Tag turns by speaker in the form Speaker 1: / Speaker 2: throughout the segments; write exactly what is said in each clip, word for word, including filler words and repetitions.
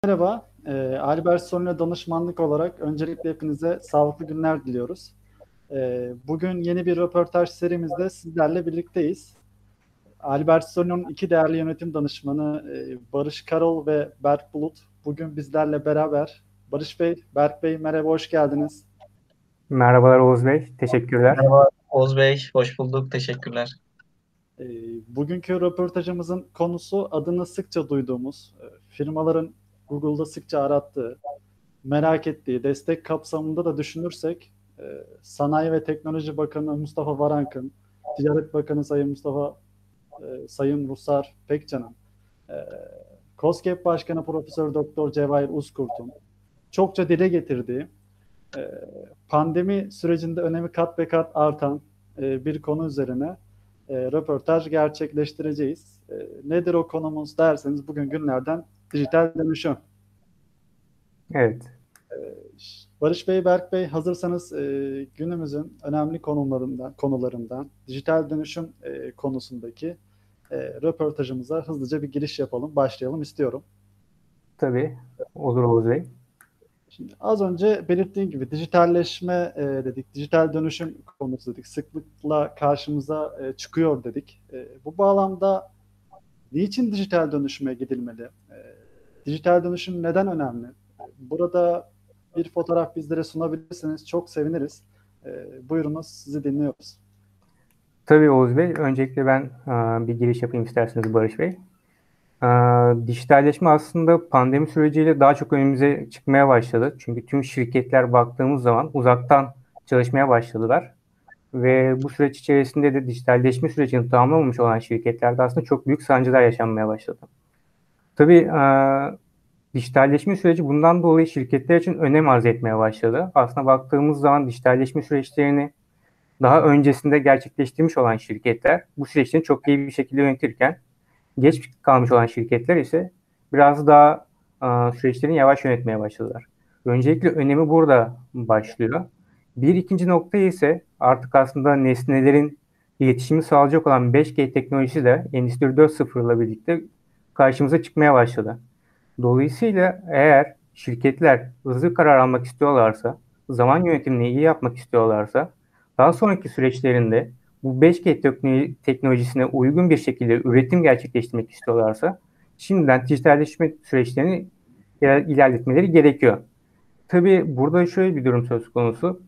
Speaker 1: Merhaba, e, Albert Sorun'la danışmanlık olarak öncelikle hepinize sağlıklı günler diliyoruz. E, bugün yeni bir röportaj serimizde sizlerle birlikteyiz. Albert Sorun'un iki değerli yönetim danışmanı e, Barış Karol ve Berk Bulut bugün bizlerle beraber. Barış Bey, Berk Bey merhaba, hoş geldiniz.
Speaker 2: Merhabalar Oğuz Bey, teşekkürler.
Speaker 3: Merhaba Oğuz Bey, hoş bulduk. Teşekkürler.
Speaker 1: E, Bugünkü röportajımızın konusu adını sıkça duyduğumuz, e, firmaların Google'da sıkça arattığı, merak ettiği destek kapsamında da düşünürsek e, Sanayi ve Teknoloji Bakanı Mustafa Varank'ın, Ticaret Bakanı Sayın Mustafa e, Sayın Rusar Pekcan'ın, e, KOSGEB Başkanı Profesör Doktor Cevahir Uzkurt'un çokça dile getirdiği e, pandemi sürecinde önemi kat be kat artan e, bir konu üzerine e, röportaj gerçekleştireceğiz. E, nedir o konumuz derseniz bugün günlerden dijital dönüşüm.
Speaker 2: Evet,
Speaker 1: Barış Bey, Berk Bey hazırsanız e, günümüzün önemli konularından, konularından dijital dönüşüm e, konusundaki e, röportajımıza hızlıca bir giriş yapalım, başlayalım istiyorum.
Speaker 2: tabii. Olur Oğuz Bey.
Speaker 1: Şimdi az önce belirttiğim gibi dijitalleşme e, dedik, dijital dönüşüm konusu dedik, sıklıkla karşımıza e, çıkıyor dedik. E, bu bağlamda niçin dijital dönüşüme gidilmeli? E, dijital dönüşüm neden önemli? Burada bir fotoğraf bizlere sunabilirseniz çok seviniriz. E, buyurunuz, sizi dinliyoruz.
Speaker 2: Tabii Oğuz Bey, öncelikle ben e, bir giriş yapayım isterseniz Barış Bey. E, Dijitalleşme aslında pandemi süreciyle daha çok önümüze çıkmaya başladı. Çünkü tüm şirketler baktığımız zaman uzaktan çalışmaya başladılar. Ve bu süreç içerisinde de dijitalleşme sürecini tamamlamamış olan şirketlerde aslında çok büyük sancılar yaşanmaya başladı. Tabii e, dijitalleşme süreci bundan dolayı şirketler için önem arz etmeye başladı. Aslında baktığımız zaman dijitalleşme süreçlerini daha öncesinde gerçekleştirmiş olan şirketler bu süreçleri çok iyi bir şekilde yönetirken geç kalmış olan şirketler ise biraz daha e, süreçlerini yavaş yönetmeye başladılar. Öncelikle önemi burada başlıyor. Bir ikinci nokta ise artık aslında nesnelerin iletişimi sağlayacak olan beş G teknolojisi de Endüstri dört nokta sıfır ile birlikte karşımıza çıkmaya başladı. Dolayısıyla eğer şirketler hızlı karar almak istiyorlarsa, zaman yönetimini iyi yapmak istiyorlarsa, daha sonraki süreçlerinde bu beş G teknolojisine uygun bir şekilde üretim gerçekleştirmek istiyorlarsa, şimdiden dijitalleşme süreçlerini ilerletmeleri gerekiyor. Tabii burada şöyle bir durum söz konusu.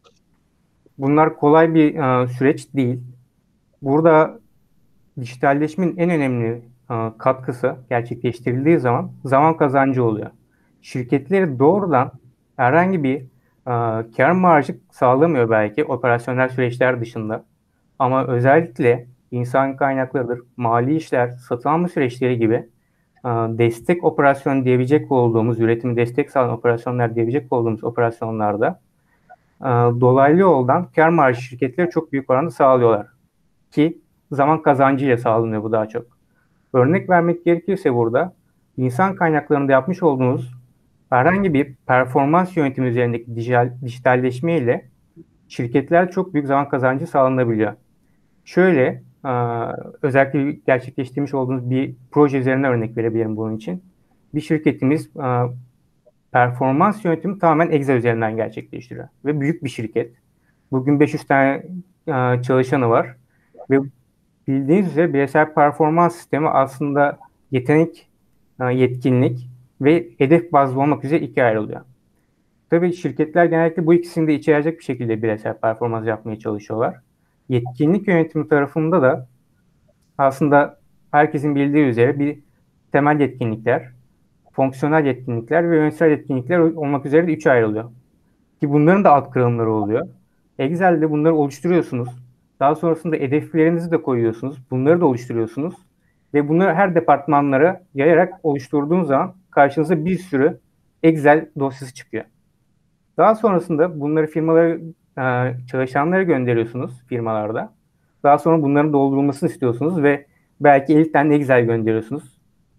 Speaker 2: Bunlar kolay bir e, süreç değil. Burada dijitalleşmenin en önemli e, katkısı gerçekleştirildiği zaman zaman kazancı oluyor. Şirketleri doğrudan herhangi bir e, kar marjı sağlamıyor belki operasyonel süreçler dışında. Ama özellikle insan kaynaklarıdır, mali işler, satın alma süreçleri gibi e, destek operasyon diyebilecek olduğumuz, üretimi destek sağlayan operasyonlar diyebilecek olduğumuz operasyonlarda e, dolaylı yoldan kar marjı şirketleri çok büyük oranda sağlıyorlar. Ki zaman kazancıyla sağlanıyor bu daha çok. Örnek vermek gerekirse burada insan kaynaklarında yapmış olduğunuz herhangi bir performans yönetimi üzerindeki dijital, dijitalleşme ile şirketler çok büyük zaman kazancı sağlanabiliyor. Şöyle özellikle gerçekleştirmiş olduğunuz bir proje üzerine örnek verebilirim bunun için. Bir şirketimiz performans yönetimi tamamen Excel üzerinden gerçekleştiriyor. Ve büyük bir şirket. Bugün beş yüz tane çalışanı var. Ve bildiğiniz üzere bireysel performans sistemi aslında yetenek, yetkinlik ve hedef bazlı olmak üzere ikiye ayrılıyor. Tabii şirketler genellikle bu ikisini de içerecek bir şekilde bireysel performans yapmaya çalışıyorlar. Yetkinlik yönetimi tarafında da aslında herkesin bildiği üzere bir temel yetkinlikler, fonksiyonel yetkinlikler ve yönetsel yetkinlikler olmak üzere de üçe ayrılıyor. Ki bunların da alt kırılımları oluyor. Excel'de bunları oluşturuyorsunuz. Daha sonrasında hedeflerinizi de koyuyorsunuz. Bunları da oluşturuyorsunuz. Ve bunları her departmanlara yayarak oluşturduğunuz zaman karşınıza bir sürü Excel dosyası çıkıyor. Daha sonrasında bunları firmalara, çalışanlara gönderiyorsunuz firmalarda. Daha sonra bunların doldurulmasını istiyorsunuz ve belki elli tane Excel gönderiyorsunuz.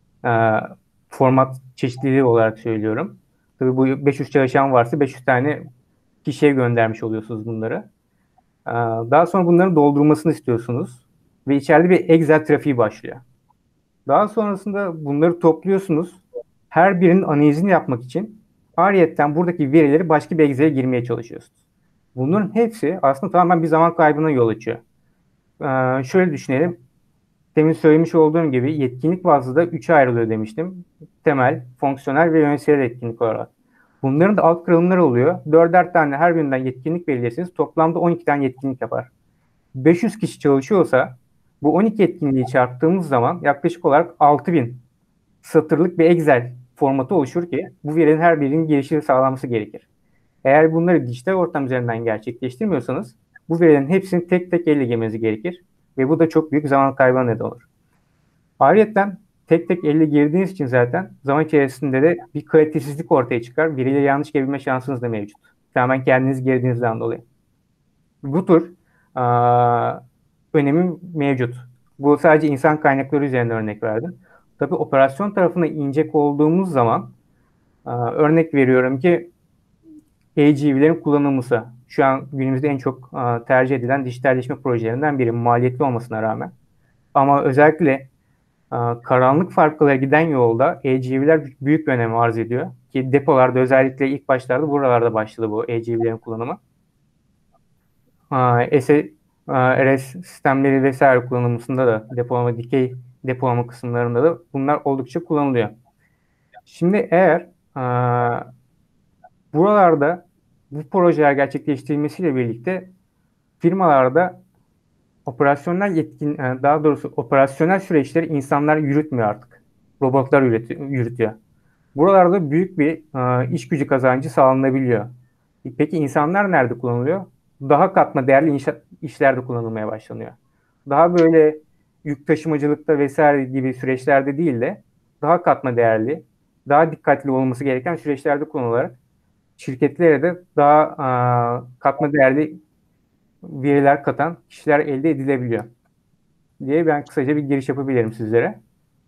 Speaker 2: Format çeşitliliği olarak söylüyorum. Tabii bu beş yüz çalışan varsa beş yüz tane kişiye göndermiş oluyorsunuz bunları. Daha sonra bunların doldurulmasını istiyorsunuz. Ve içeride bir Excel trafiği başlıyor. Daha sonrasında bunları topluyorsunuz. her birinin analizini yapmak için ayrıyetten buradaki verileri başka bir Excel'e girmeye çalışıyorsunuz. Bunların hepsi aslında tamamen bir zaman kaybına yol açıyor. Ee, şöyle düşünelim. Demin söylemiş olduğum gibi yetkinlik bazlı da üçe ayrılıyor demiştim. Temel, fonksiyonel ve yönetsel yetkinlik olarak. Bunların da alt kırılımları oluyor. Dörder tane her birinden yetkinlik belirlersiniz. Toplamda on iki tane yetkinlik yapar. beş yüz kişi çalışıyorsa bu on iki yetkinliği çarptığımız zaman yaklaşık olarak altı bin satırlık bir Excel formatı oluşur ki bu verinin her birinin girişini sağlaması gerekir. Eğer bunları dijital ortam üzerinden gerçekleştirmiyorsanız bu verilerin hepsini tek tek elle girmeniz gerekir ve bu da çok büyük zaman kaybına neden olur. Ayrıca tek tek elle girdiğiniz için zaten zaman içerisinde de bir kalitesizlik ortaya çıkar. Verileri yanlış girebilme şansınız da mevcut. Tamamen kendiniz girdiğinizden dolayı. Bu tür aa, önemi mevcut. Bu sadece insan kaynakları üzerine örnek verdim. Tabii operasyon tarafına inecek olduğumuz zaman aa, örnek veriyorum ki A G V'lerin kullanılması şu an günümüzde en çok aa, tercih edilen dijitalleşme projelerinden biri, maliyetli olmasına rağmen. Ama özellikle aa, karanlık farklara giden yolda A G V'ler büyük bir önem arz ediyor. Ki depolarda özellikle ilk başlarda buralarda başladı bu A G V'lerin kullanımı. R S sistemleri vesaire kullanılmasında da depolama, dikey depolama kısımlarında da bunlar oldukça kullanılıyor. Şimdi eğer aa, buralarda bu projeler gerçekleştirilmesiyle birlikte firmalarda operasyonel yetkin, daha doğrusu operasyonel süreçleri insanlar yürütmüyor artık. Robotlar yürütüyor. Buralarda büyük bir aa, iş gücü kazancı sağlanabiliyor. Peki insanlar nerede kullanılıyor? Daha katma değerli inşa- işlerde kullanılmaya başlanıyor. Daha böyle yük taşımacılıkta vesaire gibi süreçlerde değil de daha katma değerli, daha dikkatli olması gereken süreçlerde kullanılarak şirketlere de daha aa, katma değerli veriler katan kişiler elde edilebiliyor diye ben kısaca bir giriş yapabilirim sizlere.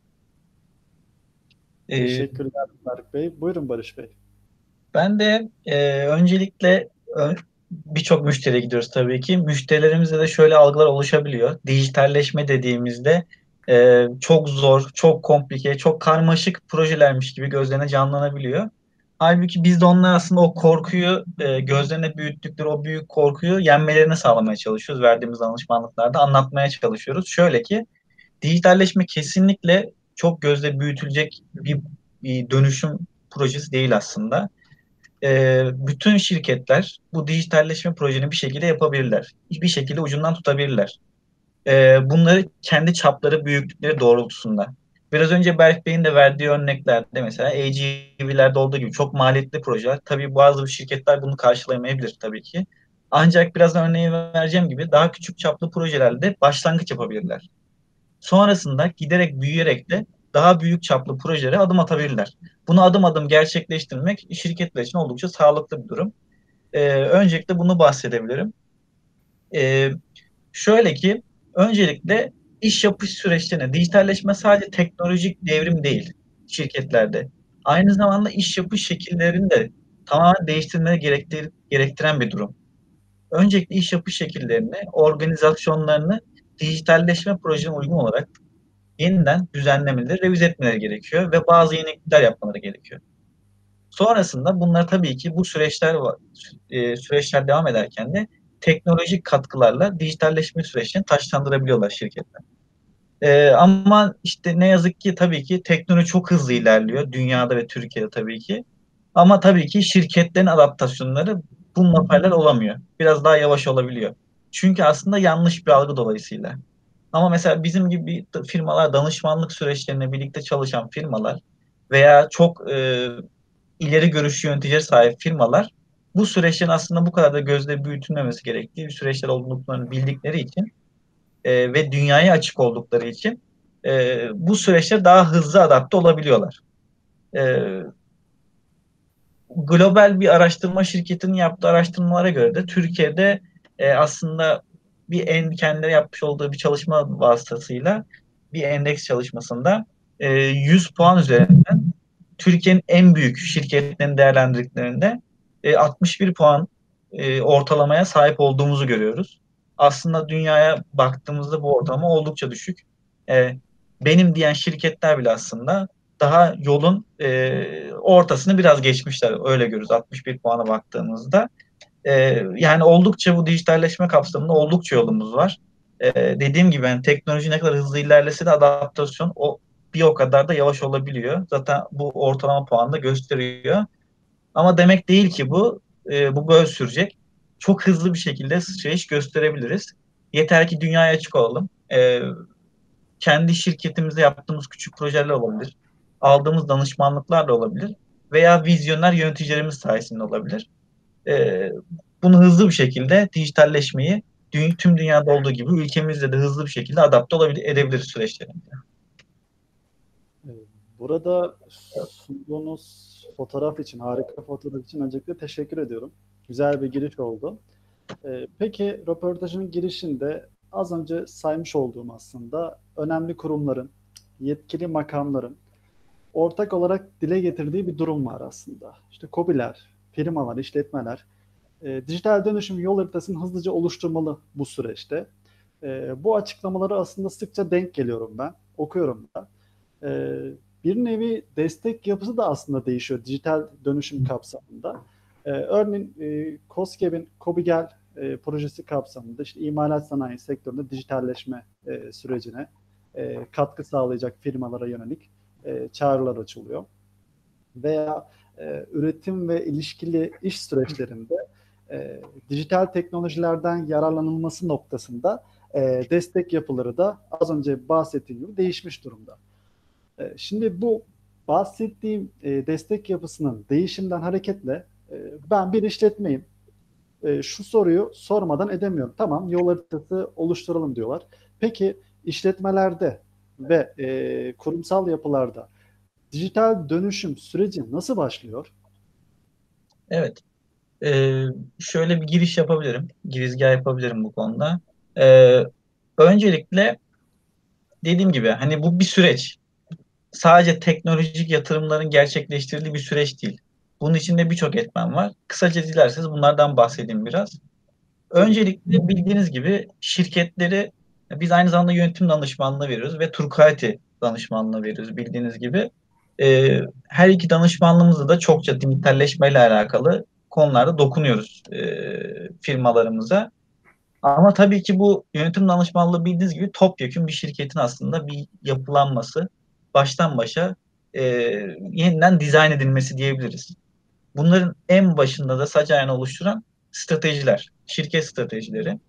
Speaker 3: Ee,
Speaker 1: Teşekkürler Tarık Bey. Buyurun Barış Bey.
Speaker 3: Ben de e, öncelikle ö- birçok müşteriye gidiyoruz tabii ki. Müşterilerimizde de şöyle algılar oluşabiliyor. Dijitalleşme dediğimizde e, çok zor, çok komplike, çok karmaşık projelermiş gibi gözlerine canlanabiliyor. Halbuki biz de onlar aslında o korkuyu e, gözlerine büyüttükleri o büyük korkuyu yenmelerini sağlamaya çalışıyoruz. Verdiğimiz danışmanlıklarda anlatmaya çalışıyoruz. Şöyle ki dijitalleşme kesinlikle çok gözle büyütülecek bir, bir dönüşüm projesi değil aslında. Ee, bütün şirketler bu dijitalleşme projesini bir şekilde yapabilirler. Bir şekilde ucundan tutabilirler. Ee, bunları kendi çapları, büyüklükleri doğrultusunda. Biraz önce Berk Bey'in de verdiği örneklerde mesela A G V'lerde olduğu gibi çok maliyetli projeler. Tabii bazı şirketler bunu karşılayamayabilir tabii ki. Ancak birazdan örneği vereceğim gibi daha küçük çaplı projelerde başlangıç yapabilirler. Sonrasında giderek büyüyerek de daha büyük çaplı projelere adım atabilirler. Bunu adım adım gerçekleştirmek şirketler için oldukça sağlıklı bir durum. Ee, öncelikle bunu bahsedebilirim. Ee, Şöyle ki öncelikle iş yapış süreçlerine dijitalleşme sadece teknolojik devrim değil şirketlerde. Aynı zamanda iş yapış şekillerini de tamamen değiştirmeleri gerektir gerektiren bir durum. Öncelikle iş yapış şekillerini, organizasyonlarını dijitalleşme projesine uygun olarak yeniden düzenlemeleri, revize etmeleri gerekiyor ve bazı yenilikler yapmaları gerekiyor. Sonrasında bunlar tabii ki bu süreçler var, e, süreçler devam ederken de teknolojik katkılarla dijitalleşme süreçlerini taşlandırabiliyorlar şirketler. E, ama işte ne yazık ki tabii ki teknoloji çok hızlı ilerliyor dünyada ve Türkiye'de tabii ki. Ama tabii ki şirketlerin adaptasyonları bununla paralel olamıyor. Biraz daha yavaş olabiliyor. Çünkü aslında yanlış bir algı dolayısıyla. Ama mesela bizim gibi firmalar, danışmanlık süreçlerine birlikte çalışan firmalar veya çok e, ileri görüşlü yöneticiye sahip firmalar bu süreçlerin aslında bu kadar da gözle büyütülmemesi gerektiği bir süreçler olduklarını bildikleri için e, ve dünyaya açık oldukları için e, bu süreçte daha hızlı adapte olabiliyorlar. E, Global bir araştırma şirketinin yaptığı araştırmalara göre de Türkiye'de e, aslında bir en kendileri yapmış olduğu bir çalışma vasıtasıyla bir endeks çalışmasında e, yüz puan üzerinden Türkiye'nin en büyük şirketlerini değerlendirdiklerinde e, altmış bir puan e, ortalamaya sahip olduğumuzu görüyoruz. Aslında dünyaya baktığımızda bu ortalama oldukça düşük. E, benim diyen şirketler bile aslında daha yolun e, ortasını biraz geçmişler. Öyle görürüz altmış bir puana baktığımızda. E, yani oldukça bu dijitalleşme kapsamında oldukça yolumuz var. E, dediğim gibi yani teknoloji ne kadar hızlı ilerlese de adaptasyon o bir o kadar da yavaş olabiliyor. Zaten bu ortalama puanı da gösteriyor. Ama demek değil ki bu e, bu böyle sürecek. Çok hızlı bir şekilde sıçrayış gösterebiliriz. Yeter ki dünyaya açık olalım. E, kendi şirketimizde yaptığımız küçük projeler olabilir. Aldığımız danışmanlıklar da olabilir. Veya vizyoner yöneticilerimiz sayesinde olabilir. E, bunu hızlı bir şekilde dijitalleşmeyi dü- tüm dünyada olduğu gibi ülkemizde de hızlı bir şekilde adapte olabilir, edebiliriz süreçlere.
Speaker 1: Ee, Burada sunduğunuz fotoğraf için, harika fotoğraf için öncelikle teşekkür ediyorum. Güzel bir giriş oldu. Ee, Peki röportajın girişinde az önce saymış olduğum aslında önemli kurumların, yetkili makamların ortak olarak dile getirdiği bir durum var aslında. İşte KOBİ'ler, firmalar, işletmeler e, dijital dönüşüm yol haritasını hızlıca oluşturmalı bu süreçte. E, bu açıklamaları aslında sıkça denk geliyorum ben, okuyorum da. E, bir nevi destek yapısı da aslında değişiyor dijital dönüşüm kapsamında. E, örneğin e, KOSGEB'in KOBİGEL e, projesi kapsamında işte imalat sanayi sektöründe dijitalleşme e, sürecine e, katkı sağlayacak firmalara yönelik e, çağrılar açılıyor. Veya e, üretim ve ilişkili iş süreçlerinde e, dijital teknolojilerden yararlanılması noktasında e, destek yapıları da az önce bahsettiğim gibi değişmiş durumda. E, şimdi bu bahsettiğim e, destek yapısının değişimden hareketle e, ben bir işletmeyim. E, şu soruyu sormadan edemiyorum. Tamam, yol haritası oluşturalım diyorlar. Peki işletmelerde ve e, kurumsal yapılarda dijital dönüşüm süreci nasıl başlıyor?
Speaker 3: Evet. Ee, şöyle bir giriş yapabilirim. Girizgah yapabilirim bu konuda. Ee, öncelikle dediğim gibi hani bu bir süreç. Sadece teknolojik yatırımların gerçekleştirildiği bir süreç değil. Bunun içinde birçok etmen var. Kısaca dilerseniz bunlardan bahsedeyim biraz.
Speaker 1: Tabii.
Speaker 3: Öncelikle bildiğiniz gibi şirketleri biz aynı zamanda yönetim danışmanlığı veriyoruz ve Turkati danışmanlığı veriyoruz bildiğiniz gibi. Ee, her iki danışmanlığımızda da çokça dijitalleşmeyle alakalı konularda dokunuyoruz e, firmalarımıza. Ama tabii ki bu yönetim danışmanlığı bildiğiniz gibi topyekün bir şirketin aslında bir yapılanması, baştan başa e, yeniden dizayn edilmesi diyebiliriz. Bunların en başında da sac ayağını oluşturan stratejiler, şirket stratejileri.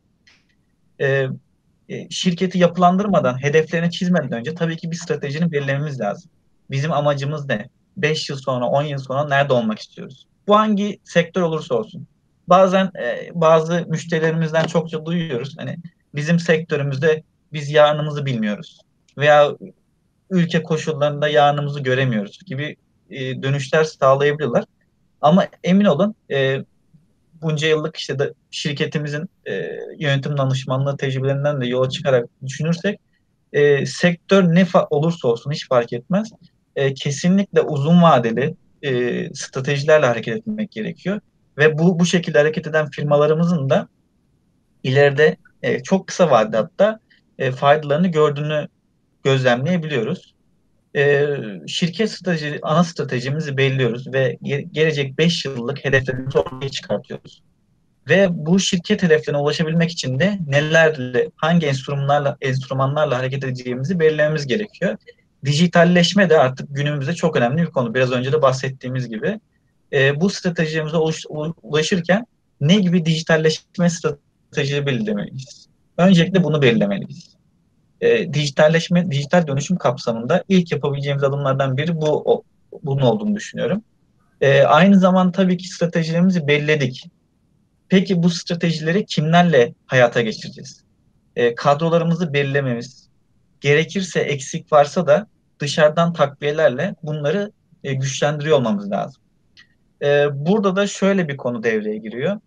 Speaker 3: E, e, şirketi yapılandırmadan, hedeflerini çizmeden önce tabii ki bir stratejini belirlememiz lazım. Bizim amacımız ne? Beş yıl sonra, on yıl sonra nerede olmak istiyoruz? Bu hangi sektör olursa olsun. Bazen e, bazı müşterilerimizden çokça duyuyoruz. Hani bizim sektörümüzde biz yarınımızı bilmiyoruz. Veya ülke koşullarında yarınımızı göremiyoruz gibi e, dönüşler sağlayabiliyorlar. Ama emin olun e, bunca yıllık işte de şirketimizin e, yönetim danışmanlığı tecrübelerinden de yola çıkarak düşünürsek e, sektör ne fa- olursa olsun hiç fark etmez. E, kesinlikle uzun vadeli e, stratejilerle hareket etmek gerekiyor. Ve bu bu şekilde hareket eden firmalarımızın da ileride e, çok kısa vadede hatta e, faydalarını gördüğünü gözlemleyebiliyoruz. E, şirket strateji, ana stratejimizi belirliyoruz ve ge- gelecek beş yıllık hedeflerimizi ortaya çıkartıyoruz. Ve bu şirket hedeflerine ulaşabilmek için de nelerle, hangi enstrümanlarla, enstrümanlarla hareket edeceğimizi belirlememiz gerekiyor. Dijitalleşme de artık günümüzde çok önemli bir konu. Biraz önce de bahsettiğimiz gibi. E, bu stratejimize ulaş, ulaşırken ne gibi dijitalleşme stratejileri belirlemeliyiz? Öncelikle bunu belirlemeliyiz. E, dijitalleşme, dijital dönüşüm kapsamında ilk yapabileceğimiz adımlardan biri bu o, bunun olduğunu düşünüyorum. E, aynı zamanda tabii ki stratejilerimizi belirledik. Peki bu stratejileri kimlerle hayata geçireceğiz? E, kadrolarımızı belirlememiz, gerekirse eksik varsa da dışarıdan takviyelerle bunları e, güçlendiriyor olmamız lazım. E, burada da şöyle bir konu devreye giriyor.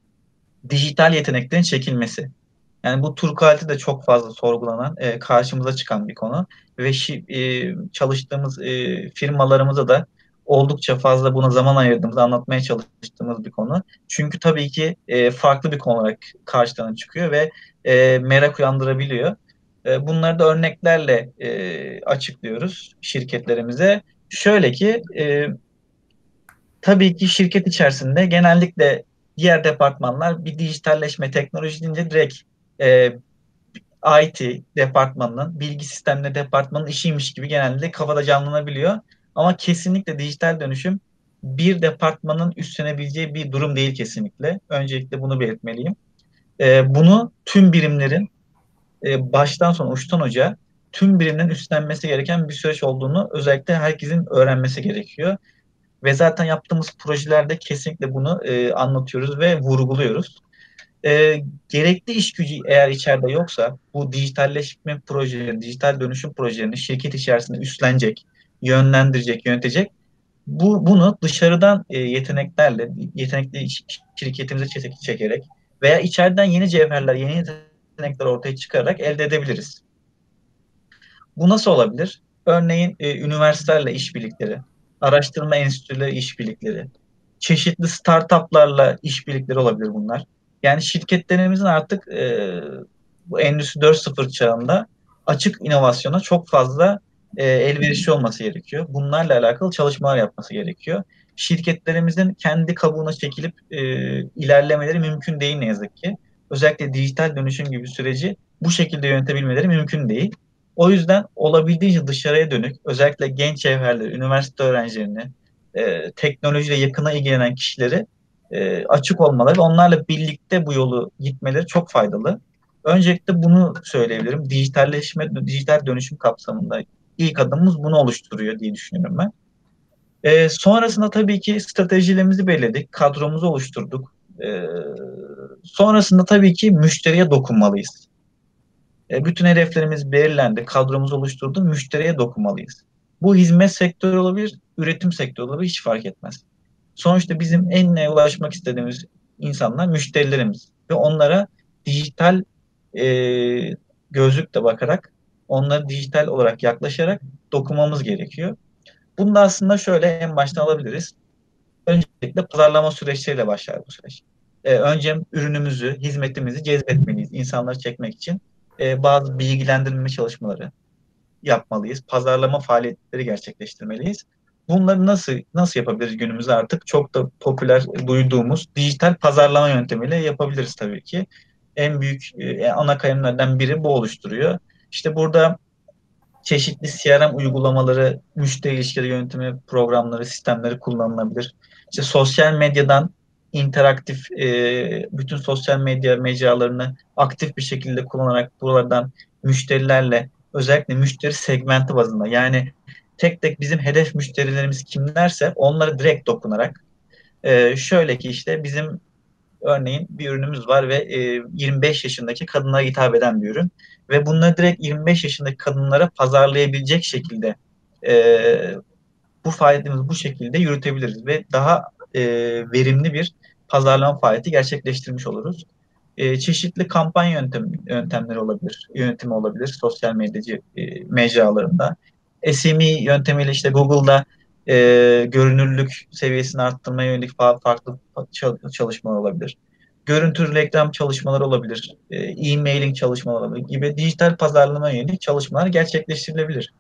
Speaker 3: Dijital yeteneklerin çekilmesi. Yani bu Turkual'de de çok fazla sorgulanan, e, karşımıza çıkan bir konu ve şi- e, çalıştığımız e, firmalarımıza da oldukça fazla buna zaman ayırdığımızı anlatmaya çalıştığımız bir konu. Çünkü tabii ki e, farklı bir konu olarak karşılarına çıkıyor ve e, merak uyandırabiliyor. E, bunları da örneklerle e, açıklıyoruz şirketlerimize. Şöyle ki e, tabii ki şirket içerisinde genellikle diğer departmanlar bir dijitalleşme, teknoloji deyince direkt e, I T departmanının, bilgi sistemleri departmanının işiymiş gibi genelde kafada canlanabiliyor. Ama kesinlikle dijital dönüşüm bir departmanın üstlenebileceği bir durum değil kesinlikle. Öncelikle bunu belirtmeliyim. E, bunu tüm birimlerin e, baştan sona uçtan uca tüm birimlerin üstlenmesi gereken bir süreç olduğunu özellikle herkesin öğrenmesi gerekiyor. Ve zaten yaptığımız projelerde kesinlikle bunu e, anlatıyoruz ve vurguluyoruz. E, gerekli iş gücü eğer içeride yoksa bu dijitalleşme projeleri, dijital dönüşüm projelerini şirket içerisinde üstlenecek, yönlendirecek, yönetecek. Bu bunu dışarıdan e, yeteneklerle, yetenekli şirketimize çek- çekerek veya içeriden yeni cevherler, yeni yetenekler ortaya çıkararak elde edebiliriz. Bu nasıl olabilir? Örneğin e, üniversitelerle işbirlikleri, araştırma enstitüleri işbirlikleri, çeşitli startuplarla işbirlikleri olabilir bunlar. Yani şirketlerimizin artık e, bu Endüstri dört nokta sıfır çağında açık inovasyona çok fazla e, elverişli olması gerekiyor. Bunlarla alakalı çalışmalar yapması gerekiyor. Şirketlerimizin kendi kabuğuna çekilip e, ilerlemeleri mümkün değil ne yazık ki. Özellikle dijital dönüşüm gibi bir süreci bu şekilde yönetebilmeleri mümkün değil. O yüzden olabildiğince dışarıya dönük, özellikle genç cevherleri, üniversite öğrencilerini, e, teknolojiyle yakına ilgilenen kişileri e, açık olmaları ve onlarla birlikte bu yolu gitmeleri çok faydalı. Öncelikle bunu söyleyebilirim. Dijitalleşme, dijital dönüşüm kapsamında ilk adımımız bunu oluşturuyor diye düşünüyorum ben. E, sonrasında tabii ki stratejilerimizi belirledik, kadromuzu oluşturduk. E, sonrasında tabii ki müşteriye dokunmalıyız. E, bütün hedeflerimiz belirlendi, kadromuzu oluşturduk, müşteriye dokunmalıyız. Bu hizmet sektörü olabilir, üretim sektörü olabilir, hiç fark etmez. Sonuçta bizim en neye ulaşmak istediğimiz insanlar müşterilerimiz ve onlara dijital e, gözlükle bakarak, onlara dijital olarak yaklaşarak dokunmamız gerekiyor. Bunu da aslında şöyle en baştan alabiliriz. Öncelikle pazarlama süreçleriyle başlar bu süreç. Ee, önce ürünümüzü, hizmetimizi cezbetmeliyiz. İnsanları çekmek için e, bazı bilgilendirme çalışmaları yapmalıyız. Pazarlama faaliyetleri gerçekleştirmeliyiz. Bunları nasıl nasıl yapabiliriz günümüzde artık? Çok da popüler duyduğumuz dijital pazarlama yöntemiyle yapabiliriz tabii ki. En büyük e, ana kalemlerden biri bu oluşturuyor. İşte burada çeşitli C R M uygulamaları, müşteri ilişkileri yönetimi programları, sistemleri kullanılabilir. İşte sosyal medyadan interaktif e, bütün sosyal medya mecralarını aktif bir şekilde kullanarak buralardan müşterilerle özellikle müşteri segmenti bazında yani tek tek bizim hedef müşterilerimiz kimlerse onlara direkt dokunarak e, şöyle ki işte bizim örneğin bir ürünümüz var ve e, yirmi beş yaşındaki kadınlara hitap eden bir ürün. Ve bunları direkt yirmi beş yaşındaki kadınlara pazarlayabilecek şekilde e, bu faaliyetimizi bu şekilde yürütebiliriz. Ve daha e, verimli bir pazarlama faaliyeti gerçekleştirmiş oluruz. E, çeşitli kampanya yöntem, yöntemleri olabilir, yönetimi olabilir sosyal medyacı e, mecralarında. S M E yöntemiyle işte Google'da e, görünürlük seviyesini arttırmaya yönelik fa- farklı çalışmalar olabilir. Görüntü reklam çalışmaları olabilir, e, e-mailing çalışmaları olabilir gibi dijital pazarlama yönelik çalışmalar gerçekleştirilebilir.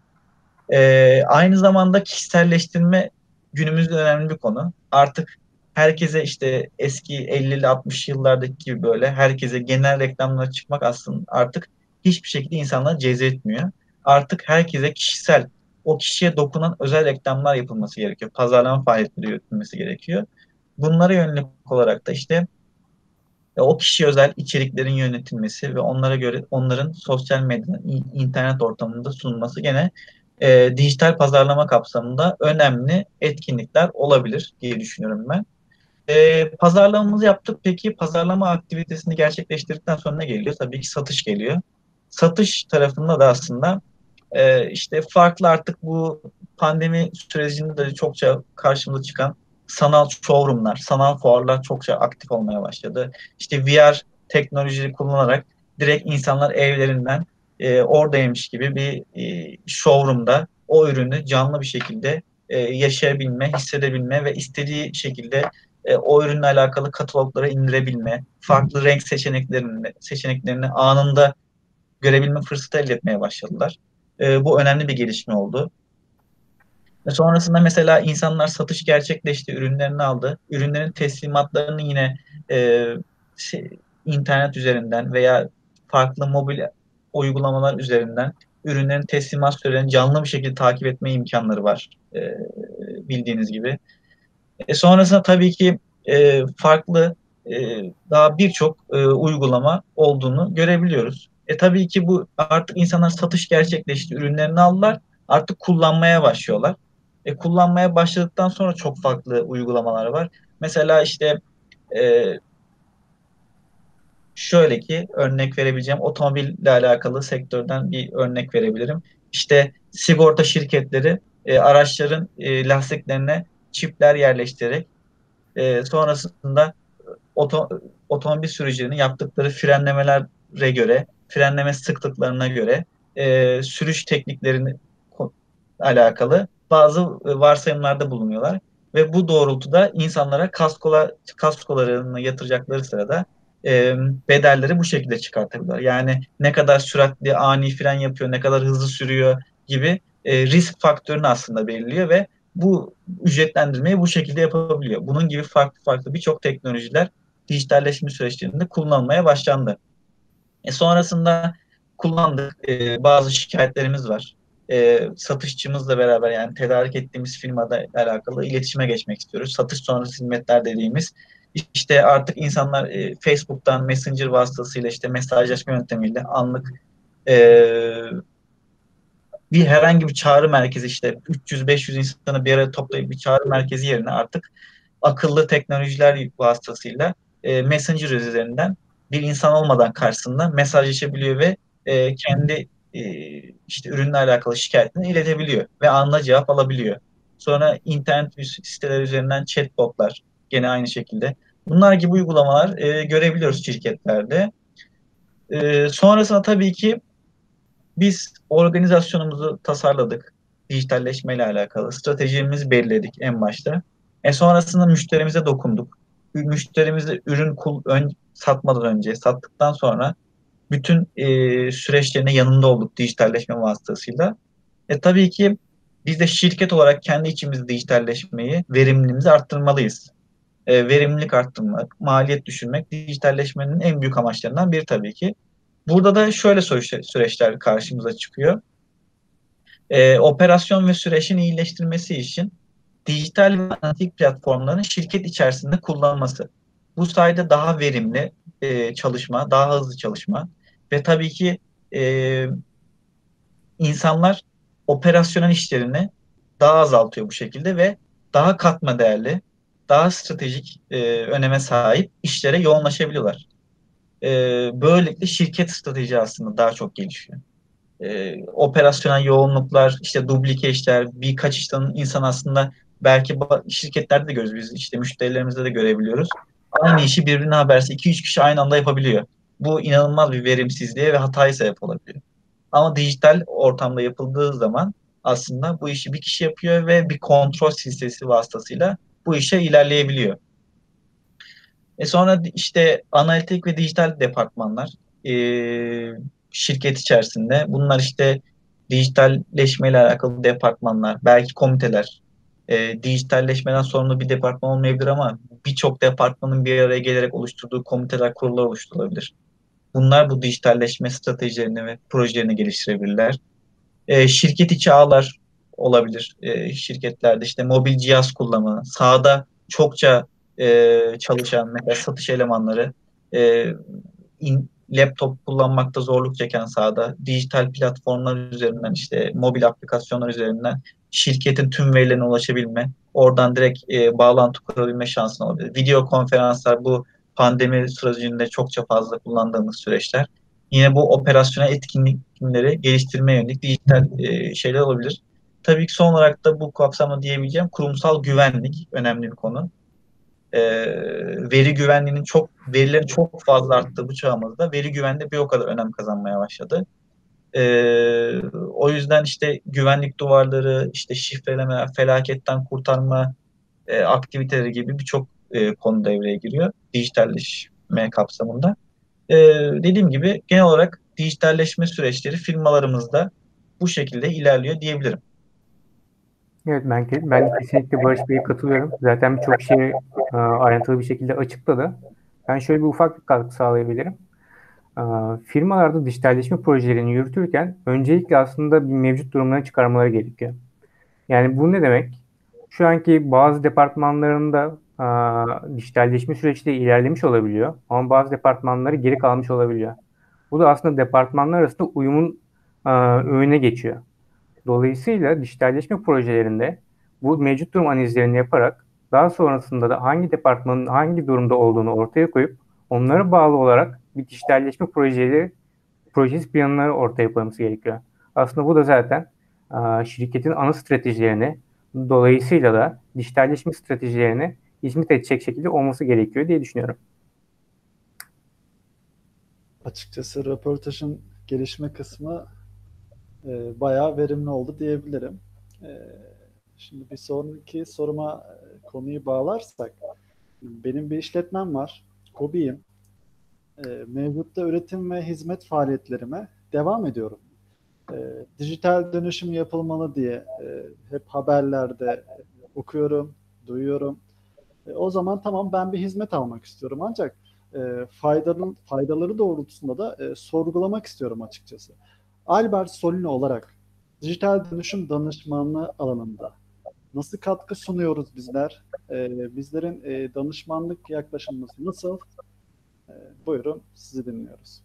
Speaker 3: Ee, aynı zamanda kişiselleştirme günümüzde önemli bir konu. Artık herkese işte eski ellili altmış yıllardaki gibi böyle herkese genel reklamlara çıkmak aslında artık hiçbir şekilde insanları cezbetmiyor. Artık herkese kişisel, o kişiye dokunan özel reklamlar yapılması gerekiyor. Pazarlama faaliyetleri yürütülmesi gerekiyor. Bunlara yönelik olarak da işte e, o kişiye özel içeriklerin yönetilmesi ve onlara göre onların sosyal medya, internet ortamında sunulması gene e, dijital pazarlama kapsamında önemli etkinlikler olabilir diye düşünüyorum ben. E, pazarlamamızı yaptık. Peki pazarlama aktivitesini gerçekleştirdikten sonra ne geliyor? Tabii ki satış geliyor. Satış tarafında da aslında ee, işte farklı artık bu pandemi sürecinde de çokça karşımıza çıkan sanal showroomlar, sanal fuarlar çokça aktif olmaya başladı. İşte V R teknolojiyi kullanarak direkt insanlar evlerinden e, oradaymış gibi bir e, showroom'da o ürünü canlı bir şekilde e, yaşayabilme, hissedebilme ve istediği şekilde e, o ürünle alakalı kataloglara indirebilme, farklı renk seçeneklerini seçeneklerini anında görebilme fırsatı elde etmeye başladılar. E, bu önemli bir gelişme oldu. Ve sonrasında mesela insanlar satış gerçekleşti, ürünlerini aldı. Ürünlerin teslimatlarını yine e, şey, internet üzerinden veya farklı mobil uygulamalar üzerinden ürünlerin teslimat sürelerini canlı bir şekilde takip etme imkanları var. E, bildiğiniz gibi. E, sonrasında tabii ki e, farklı e, daha birçok e, uygulama olduğunu görebiliyoruz. E tabii ki bu artık insanlar satış gerçekleşti, ürünlerini aldılar, artık kullanmaya başlıyorlar. E, kullanmaya başladıktan sonra çok farklı uygulamalar var. Mesela işte e, şöyle ki örnek verebileceğim otomobille alakalı sektörden bir örnek verebilirim. İşte sigorta şirketleri e, araçların e, lastiklerine çipler yerleştirerek e, sonrasında oto, otomobil sürücülerinin yaptıkları frenlemelere göre, frenleme sıklıklarına göre e, sürüş tekniklerini ko- alakalı bazı e, varsayımlarda bulunuyorlar. Ve bu doğrultuda insanlara kaskola, kaskolarını yatıracakları sırada e, bedelleri bu şekilde çıkartabiliyorlar. Yani ne kadar süratli ani fren yapıyor, ne kadar hızlı sürüyor gibi e, risk faktörünü aslında belirliyor ve bu ücretlendirmeyi bu şekilde yapabiliyor. Bunun gibi farklı farklı birçok teknolojiler dijitalleşme süreçlerinde kullanılmaya başlandı. E sonrasında kullandık. E, bazı şikayetlerimiz var. E, satışçımızla beraber yani tedarik ettiğimiz firmada alakalı iletişime geçmek istiyoruz. Satış sonrası hizmetler dediğimiz işte artık insanlar e, Facebook'tan Messenger vasıtasıyla işte mesajlaşma yöntemiyle anlık e, bir herhangi bir çağrı merkezi işte üç yüz beş yüz insanı bir araya toplayıp bir çağrı merkezi yerine artık akıllı teknolojiler vasıtasıyla e, Messenger üzerinden bir insan olmadan karşısında mesajlaşabiliyor ve e, kendi e, işte ürünle alakalı şikayetini iletebiliyor ve anında cevap alabiliyor. Sonra internet siteler üzerinden chatbotlar gene aynı şekilde. Bunlar gibi uygulamalar e, görebiliyoruz şirketlerde. E, sonrasında tabii ki biz organizasyonumuzu tasarladık. Dijitalleşme ile alakalı. Stratejimizi belirledik en başta. E sonrasında müşterimize dokunduk. Müşterimize ürün kul, ön, satmadan önce, sattıktan sonra bütün e, süreçlerine yanında olduk dijitalleşme vasıtasıyla. E tabii ki biz de şirket olarak kendi içimizde dijitalleşmeyi, verimliliğimizi arttırmalıyız. E, verimlilik arttırmak, maliyet düşürmek dijitalleşmenin en büyük amaçlarından biri tabii ki. Burada da şöyle süreçler karşımıza çıkıyor. E, operasyon ve süreçin iyileştirilmesi için dijital ve analitik platformların şirket içerisinde kullanılması. Bu sayede daha verimli e, çalışma, daha hızlı çalışma ve tabii ki e, insanlar operasyonel işlerini daha azaltıyor bu şekilde ve daha katma değerli, daha stratejik e, öneme sahip işlere yoğunlaşabiliyorlar. E, böylelikle şirket strateji aslında daha çok gelişiyor. E, operasyonel yoğunluklar, işte dublike işler, birkaç işten insan aslında belki şirketlerde de görüyoruz biz, işte müşterilerimizde de görebiliyoruz. Aynı işi birbirine haberse iki üç kişi aynı anda yapabiliyor. Bu inanılmaz bir verimsizliğe ve hataya sebep olabiliyor. Ama dijital ortamda yapıldığı zaman aslında bu işi bir kişi yapıyor ve bir kontrol silsilesi vasıtasıyla bu işe ilerleyebiliyor. E sonra işte analitik ve dijital departmanlar e, şirket içerisinde. Bunlar işte dijitalleşmeyle alakalı departmanlar, belki komiteler. E, dijitalleşmeden sorumlu bir departman olmayabilir ama birçok departmanın bir araya gelerek oluşturduğu komiteler, kurullar oluşturulabilir. Bunlar bu dijitalleşme stratejilerini ve projelerini geliştirebilirler. E, şirket içi ağlar olabilir. E, şirketlerde işte mobil cihaz kullanımı, sahada çokça e, çalışan mesela satış elemanları e, in- laptop kullanmakta zorluk çeken sahada dijital platformlar üzerinden işte mobil aplikasyonlar üzerinden şirketin tüm verilerine ulaşabilme, oradan direkt e, bağlantı kurabilme şansın olabilir. Video konferanslar bu pandemi sürecinde çokça fazla kullandığımız süreçler. Yine bu operasyonel etkinlikleri geliştirmeye yönelik dijital e, şeyler olabilir. Tabii ki son olarak da bu kapsamda diyebileceğim kurumsal güvenlik önemli bir konu. E, veri güvenliğinin çok verilerin çok fazla arttığı bu çağımızda veri güvenliği bir o kadar önem kazanmaya başladı. E, o yüzden işte güvenlik duvarları, işte şifreleme, felaketten kurtarma e, aktiviteleri gibi birçok e, konu devreye giriyor dijitalleşme kapsamında. Ee, dediğim gibi genel olarak dijitalleşme süreçleri firmalarımızda bu şekilde ilerliyor diyebilirim.
Speaker 2: Evet, ben, ke- ben de kesinlikle Barış Bey'e katılıyorum. Zaten birçok şeyi e, ayrıntılı bir şekilde açıkladı. Ben şöyle bir ufak bir katkı sağlayabilirim. E, Firmalarda dijitalleşme projelerini yürütürken öncelikle aslında bir mevcut durumları çıkarmaları gerekiyor. Yani bu ne demek? Şu anki bazı departmanlarında e, dijitalleşme süreci de ilerlemiş olabiliyor ama bazı departmanları geri kalmış olabiliyor. Bu da aslında departmanlar arasında uyumun e, önüne geçiyor. Dolayısıyla dijitalleşme projelerinde bu mevcut durum analizlerini yaparak daha sonrasında da hangi departmanın hangi durumda olduğunu ortaya koyup onlara bağlı olarak bir dijitalleşme projeleri, projesi planları ortaya koyması gerekiyor. Aslında bu da zaten a, şirketin ana stratejilerini dolayısıyla da dijitalleşme stratejilerini hizmet edecek şekilde olması gerekiyor diye düşünüyorum.
Speaker 1: Açıkçası röportajın gelişme kısmı e, bayağı verimli oldu diyebilirim. E, Şimdi bir sonraki soruma e, konuyu bağlarsak, benim bir işletmem var, KOBİ'yim. E, mevcutta üretim ve hizmet faaliyetlerime devam ediyorum. E, dijital dönüşüm yapılmalı diye e, hep haberlerde okuyorum, duyuyorum. E, o zaman tamam, ben bir hizmet almak istiyorum, ancak e, faydalı, faydaları doğrultusunda da e, sorgulamak istiyorum açıkçası. Albert Solino olarak dijital dönüşüm danışmanlığı alanında nasıl katkı sunuyoruz bizler? E, bizlerin e, danışmanlık yaklaşımımız nasıl? E, Buyurun, sizi dinliyoruz.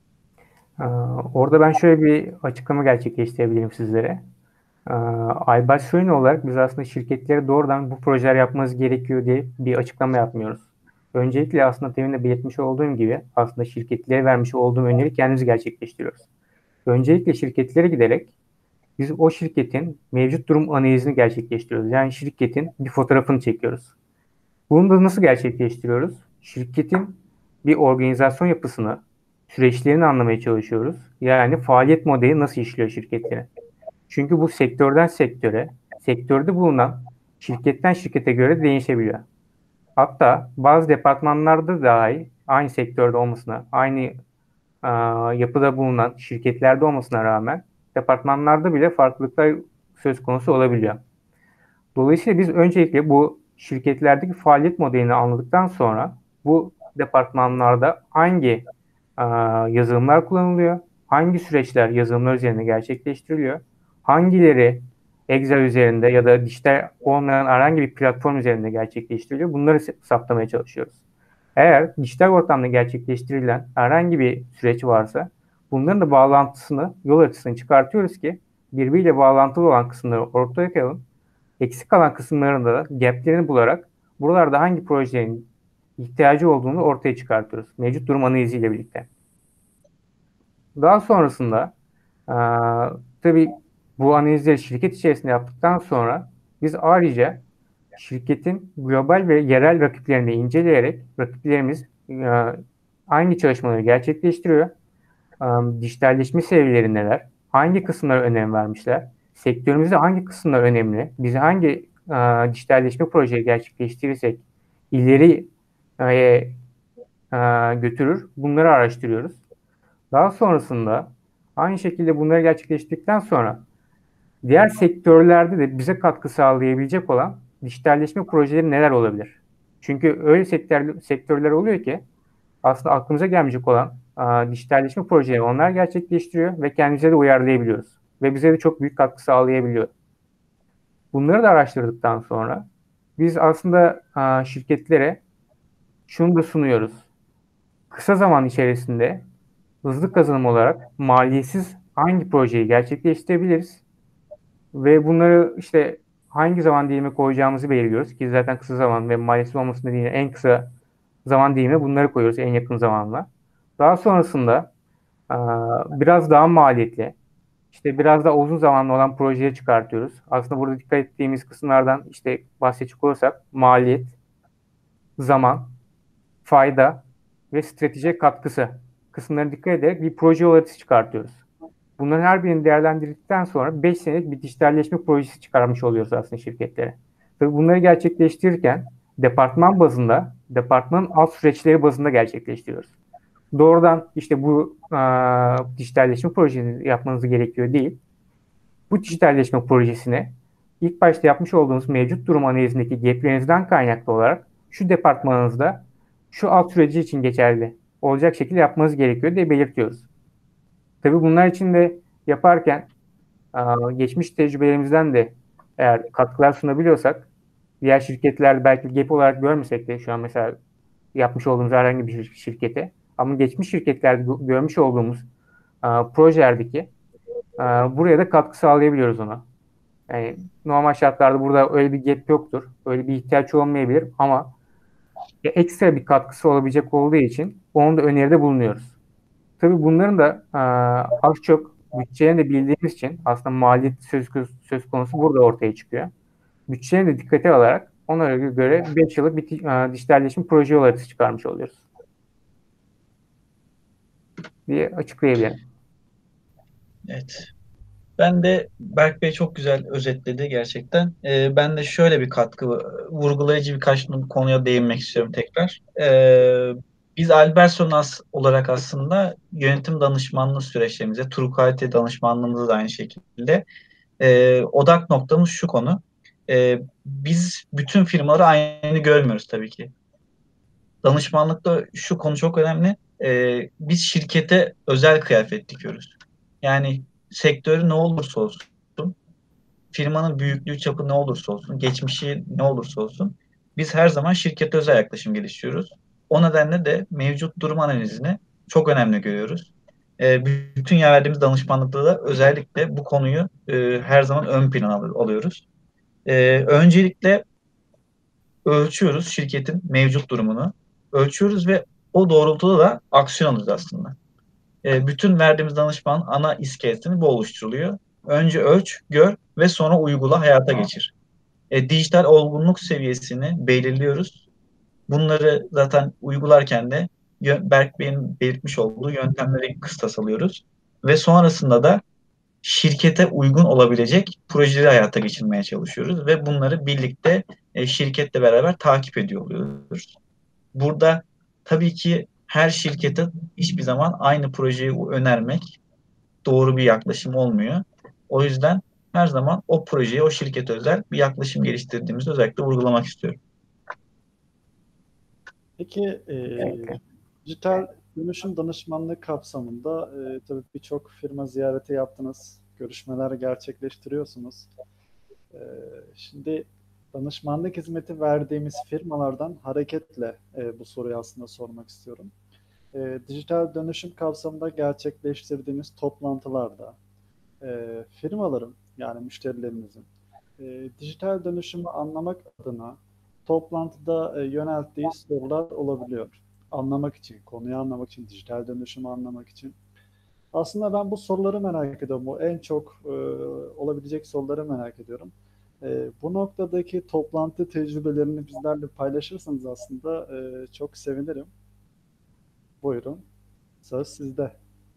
Speaker 2: Aa, Orada ben şöyle bir açıklama gerçekleştirebilirim sizlere. Aa, Albert Schwerin olarak biz aslında şirketlere doğrudan bu projeler yapmanız gerekiyor diye bir açıklama yapmıyoruz. Öncelikle aslında demin de belirtmiş olduğum gibi aslında şirketlere vermiş olduğum öneri kendimiz gerçekleştiriyoruz. Öncelikle şirketlere giderek biz o şirketin mevcut durum analizini gerçekleştiriyoruz. Yani şirketin bir fotoğrafını çekiyoruz. Bunu da nasıl gerçekleştiriyoruz? Şirketin bir organizasyon yapısını, süreçlerini anlamaya çalışıyoruz. Yani faaliyet modeli nasıl işliyor şirketlerin? Çünkü bu sektörden sektöre, sektörde bulunan şirketten şirkete göre değişebiliyor. Hatta bazı departmanlarda dahi aynı sektörde olmasına, aynı a, yapıda bulunan şirketlerde olmasına rağmen departmanlarda bile farklılıklar söz konusu olabiliyor. Dolayısıyla biz öncelikle bu şirketlerdeki faaliyet modelini anladıktan sonra bu departmanlarda hangi a, yazılımlar kullanılıyor, hangi süreçler yazılımlar üzerinde gerçekleştiriliyor, hangileri Excel üzerinde ya da dijital olmayan herhangi bir platform üzerinde gerçekleştiriliyor, bunları saptamaya çalışıyoruz. Eğer dijital ortamda gerçekleştirilen herhangi bir süreç varsa bunların da bağlantısını, yol haritasını çıkartıyoruz ki birbiriyle bağlantılı olan kısımları ortaya koyalım. Eksik kalan kısımlarında da gaplerini bularak buralarda hangi projelerin ihtiyacı olduğunu ortaya çıkartıyoruz. Mevcut durum analiziyle birlikte. Daha sonrasında e, tabii bu analizleri şirket içerisinde yaptıktan sonra biz ayrıca şirketin global ve yerel rakiplerini inceleyerek rakiplerimiz e, hangi çalışmaları gerçekleştiriyor, e, dijitalleşme seviyeleri neler, hangi kısımlara önem vermişler, sektörümüzde hangi kısımlar önemli, bizi hangi e, dijitalleşme projeyi gerçekleştirirsek ileri e, e, götürür, bunları araştırıyoruz. Daha sonrasında aynı şekilde bunları gerçekleştirdikten sonra diğer sektörlerde de bize katkı sağlayabilecek olan dijitalleşme projeleri neler olabilir? Çünkü öyle sektör, sektörler oluyor ki aslında aklımıza gelmeyecek olan a, dijitalleşme projeleri onlar gerçekleştiriyor ve kendimize de uyarlayabiliyoruz. Ve bize de çok büyük katkı sağlayabiliyor. Bunları da araştırdıktan sonra biz aslında a, şirketlere şunu da sunuyoruz. Kısa zaman içerisinde hızlı kazanım olarak maliyetsiz hangi projeyi gerçekleştirebiliriz? Ve bunları işte hangi zaman dilimi koyacağımızı belirliyoruz ki zaten kısa zaman ve maliyetsiz olması nedeniyle en kısa zaman dilimi bunları koyuyoruz en yakın zamanla. Daha sonrasında biraz daha maliyetli, işte biraz daha uzun zamanlı olan projeleri çıkartıyoruz. Aslında burada dikkat ettiğimiz kısımlardan işte bahsedecek olursak maliyet, zaman, fayda ve stratejiye katkısı kısımlarına dikkat ederek bir proje yol haritası çıkartıyoruz. Bunların her birini değerlendirdikten sonra beş senelik bir dijitalleşme projesi çıkarmış oluyoruz aslında şirketlere. Tabii bunları gerçekleştirirken departman bazında, departmanın alt süreçleri bazında gerçekleştiriyoruz. doğrudan işte bu e, dijitalleşme projesi yapmanız gerekiyor değil. Bu dijitalleşme projesine ilk başta yapmış olduğunuz mevcut durum analizindeki gaplerinizden kaynaklı olarak şu departmanınızda şu alt süreci için geçerli olacak şekilde yapmanız gerekiyor diye belirtiyoruz. Tabii bunlar için de yaparken geçmiş tecrübelerimizden de eğer katkılar sunabiliyorsak, diğer şirketler belki gap olarak görmesek de şu an mesela yapmış olduğumuz herhangi bir şirkete ama geçmiş şirketlerde görmüş olduğumuz projelerdeki buraya da katkı sağlayabiliyoruz ona. Yani normal şartlarda burada öyle bir gap yoktur. Öyle bir ihtiyaç olmayabilir ama ekstra bir katkısı olabilecek olduğu için onun da öneride bulunuyoruz. Tabii bunların da az çok bütçelerini de bildiğimiz için aslında maliyet söz, söz konusu burada ortaya çıkıyor. Bütçelerini de dikkate alarak onlara göre beş yıllık bir dijitalleşme proje olarak çıkarmış oluyoruz diye açıklayabilirim.
Speaker 3: Evet. Ben de Berk Bey çok güzel özetledi gerçekten. Ee, ben de şöyle bir katkı, vurgulayıcı birkaç konuya değinmek istiyorum tekrar. Ee, biz Alberson as olarak aslında yönetim danışmanlığı süreçlerimize, Turkualite danışmanlığımızda da aynı şekilde e, odak noktamız şu konu. E, biz bütün firmaları aynı görmüyoruz tabii ki. Danışmanlıkta şu konu çok önemli. E, biz şirkete özel kıyafet dikiyoruz. Yani sektörü ne olursa olsun, firmanın büyüklüğü çapı ne olursa olsun, geçmişi ne olursa olsun, biz her zaman şirkete özel yaklaşım geliştiriyoruz. O nedenle de mevcut durum analizini çok önemli görüyoruz. E, bütün yer verdiğimiz danışmanlıkta da özellikle bu konuyu e, her zaman ön plana alıyoruz. E, öncelikle ölçüyoruz şirketin mevcut durumunu. Ölçüyoruz ve o doğrultuda da aksiyon alıyoruz aslında. E, bütün verdiğimiz danışman ana iskeletini bu oluşturuluyor. Önce ölç, gör ve sonra uygula, hayata geçir. E, dijital olgunluk seviyesini belirliyoruz. Bunları zaten uygularken de Berk Bey'in belirtmiş olduğu yöntemleri kıstas alıyoruz. Ve sonrasında da şirkete uygun olabilecek projeleri hayata geçirmeye çalışıyoruz ve bunları birlikte e, şirketle beraber takip ediyor oluyoruz. Burada tabii ki her şirkete hiçbir zaman aynı projeyi önermek doğru bir yaklaşım olmuyor. O yüzden her zaman o projeye, o şirkete özel bir yaklaşım geliştirdiğimizi özellikle vurgulamak istiyorum.
Speaker 1: Peki e, dijital dönüşüm danışmanlığı kapsamında e, tabii birçok firma ziyareti yaptınız, görüşmeler gerçekleştiriyorsunuz. E, şimdi danışmanlık hizmeti verdiğimiz firmalardan hareketle e, bu soruyu aslında sormak istiyorum. E, dijital dönüşüm kapsamında gerçekleştirdiğiniz toplantılarda e, firmaların yani müşterilerinizin e, dijital dönüşümü anlamak adına toplantıda e, yönelttiği sorular olabiliyor. Anlamak için, konuyu anlamak için, dijital dönüşümü anlamak için. Aslında ben bu soruları merak ediyorum. Bu en çok e, olabilecek soruları merak ediyorum. E, bu noktadaki toplantı tecrübelerini bizlerle paylaşırsanız aslında e, çok sevinirim. Buyurun. Söz sizde.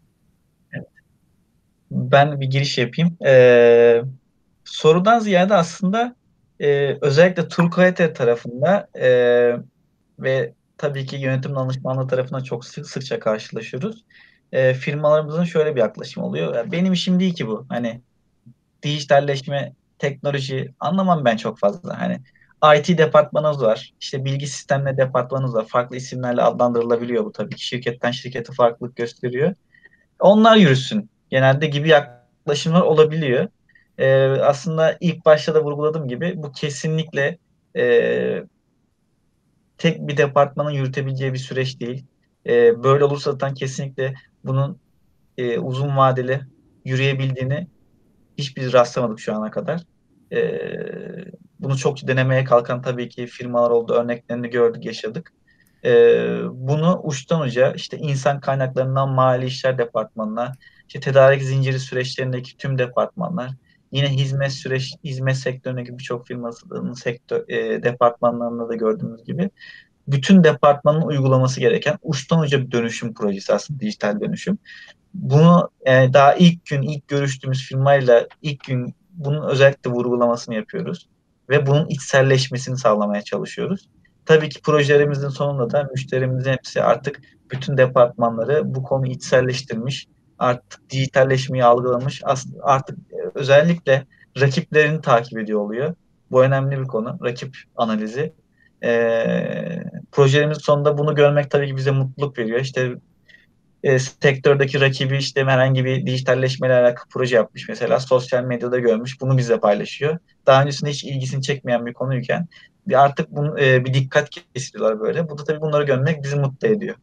Speaker 3: Ben bir giriş yapayım. Ee, sorudan ziyade aslında e, özellikle Turkualite tarafında e, ve tabii ki yönetim danışmanlığı tarafında çok sık sıkça karşılaşıyoruz. E, firmalarımızın şöyle bir yaklaşımı oluyor. Ya benim işim değil ki bu. Hani dijitalleşme, teknoloji anlamam ben çok fazla. Hani I T departmanımız var. İşte bilgi sistemleri departmanımız var. Farklı isimlerle adlandırılabiliyor bu tabii ki. Şirketten şirkete farklılık gösteriyor. Onlar yürüsün genelde gibi yaklaşımlar olabiliyor. Ee, aslında ilk başta da vurguladığım gibi bu kesinlikle e, tek bir departmanın yürütebileceği bir süreç değil. Ee, böyle olursa zaten kesinlikle bunun e, uzun vadeli yürüyebildiğini hiçbir rastlamadık şu ana kadar. Ee, bunu çok denemeye kalkan tabii ki firmalar oldu. Örneklerini gördük, yaşadık. Ee, bunu uçtan uca işte insan kaynaklarından mali işler departmanına, işte tedarik zinciri süreçlerindeki tüm departmanlar, yine hizmet süreç, hizmet sektöründeki birçok firmasının sektör e, departmanlarında da gördüğümüz gibi bütün departmanın uygulaması gereken uçtan uca bir dönüşüm projesi aslında dijital dönüşüm. Bunu e, daha ilk gün, ilk görüştüğümüz firmayla ilk gün bunun özellikle vurgulamasını yapıyoruz ve bunun içselleşmesini sağlamaya çalışıyoruz. tabii ki projelerimizin sonunda da müşterimizin hepsi artık bütün departmanları bu konuyu içselleştirmiş. Artık dijitalleşmeyi algılamış. Aslında artık e, özellikle rakiplerini takip ediyor oluyor. Bu önemli bir konu. Rakip analizi. Ee, projelerimizin sonunda bunu görmek tabii ki bize mutluluk veriyor. İşte e, sektördeki rakibi işte herhangi bir dijitalleşmeyle alakalı proje yapmış mesela sosyal medyada görmüş bunu bize paylaşıyor. Daha öncesinde hiç ilgisini çekmeyen bir konuyken bir artık bunu, e, bir dikkat kesiliyorlar böyle. Bu da tabii bunları görmek bizi mutlu ediyor.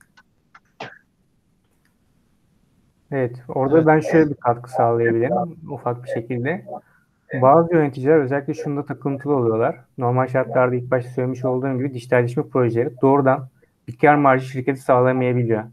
Speaker 2: Evet, orada
Speaker 1: Evet.
Speaker 2: ben şöyle bir katkı sağlayabilirim ufak bir şekilde. Bazı yöneticiler özellikle şunda takıntılı oluyorlar. Normal şartlarda ilk başta söylemiş olduğum gibi dijitalleşme projeleri doğrudan bir kar marjı şirketi sağlamayabiliyor.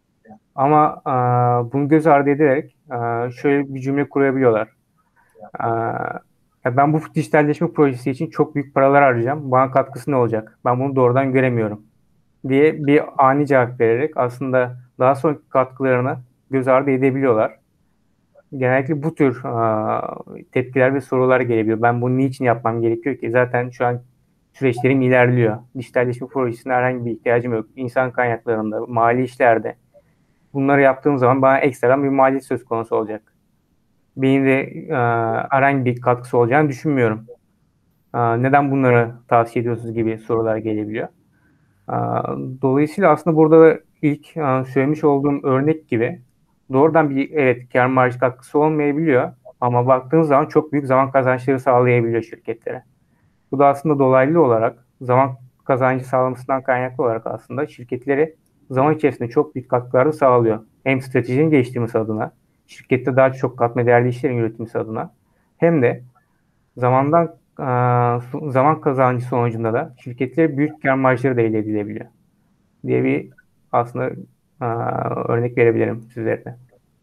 Speaker 2: Ama a, bunu göz ardı ederek a, şöyle bir cümle kurabiliyorlar. A, ya ben bu dijitalleşme projesi için çok büyük paralar harcayacağım. Bana katkısı ne olacak? Ben bunu doğrudan göremiyorum diye bir ani cevap vererek aslında daha sonraki katkılarını göz ardı edebiliyorlar. Genellikle bu tür aa, tepkiler ve sorular gelebiliyor. Ben bunu niçin yapmam gerekiyor ki? Zaten şu an süreçlerim ilerliyor. Dijitalleşme projesine herhangi bir ihtiyacım yok. İnsan kaynaklarında, mali işlerde. Bunları yaptığım zaman bana ekstradan bir maliyet söz konusu olacak. Benim de aa, herhangi bir katkısı olacağını düşünmüyorum. Aa, neden bunları tavsiye ediyorsunuz gibi sorular gelebiliyor. Aa, Dolayısıyla aslında burada ilk aa, söylemiş olduğum örnek gibi doğrudan bir evet kar marjı katkısı olmayabiliyor ama baktığınız zaman çok büyük zaman kazançları sağlayabiliyor şirketlere. Bu da aslında dolaylı olarak zaman kazancı sağlamasından kaynaklı olarak aslında şirketlere zaman içerisinde çok büyük katkılar da sağlıyor. Hem stratejinin geliştirmesi adına, şirkette daha çok katma değerli işlerin üretilmesi adına hem de zamandan aa, zaman kazancı sonucunda da şirketlere büyük kar marjları da elde edilebiliyor diye bir aslında aa, örnek verebilirim sizlere de.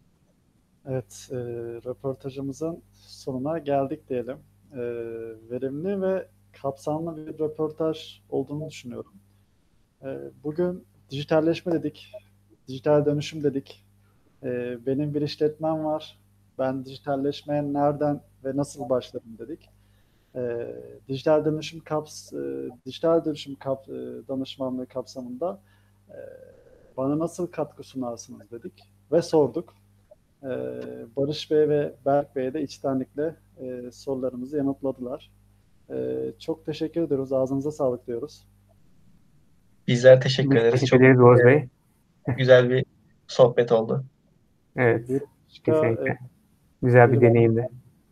Speaker 1: Evet, e, röportajımızın sonuna geldik diyelim. E, verimli ve kapsamlı bir röportaj olduğunu düşünüyorum. E, bugün dijitalleşme dedik, dijital dönüşüm dedik. E, benim bir işletmem var. Ben dijitalleşmeye nereden ve nasıl başladım dedik. E, dijital dönüşüm kaps, e, dijital dönüşüm kap, e, danışmanlığı kapsamında e, bana nasıl katkı sunarsınız dedik ve sorduk. Ee, Barış Bey ve Berk Bey de içtenlikle e, sorularımızı yanıtladılar. Ee, çok teşekkür ediyoruz. Ağzınıza sağlık diyoruz.
Speaker 3: Bizler teşekkür
Speaker 2: Biz
Speaker 3: ederiz.
Speaker 2: teşekkür
Speaker 3: Çok
Speaker 2: ederiz Oğuz Bey.
Speaker 3: güzel bir sohbet oldu.
Speaker 2: Evet,
Speaker 1: Bir başka e,
Speaker 2: kesinlikle. Güzel bir
Speaker 1: bir ba-
Speaker 2: deneyimdi.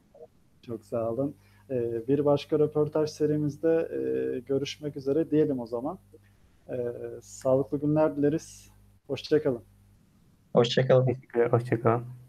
Speaker 1: çok sağ olun. Ee, bir başka röportaj serimizde e, görüşmek üzere diyelim o zaman. Ee, sağlıklı günler dileriz. Hoşça kalın.
Speaker 3: Hoşça kalın.
Speaker 2: Teşekkürler, hoşça kalın.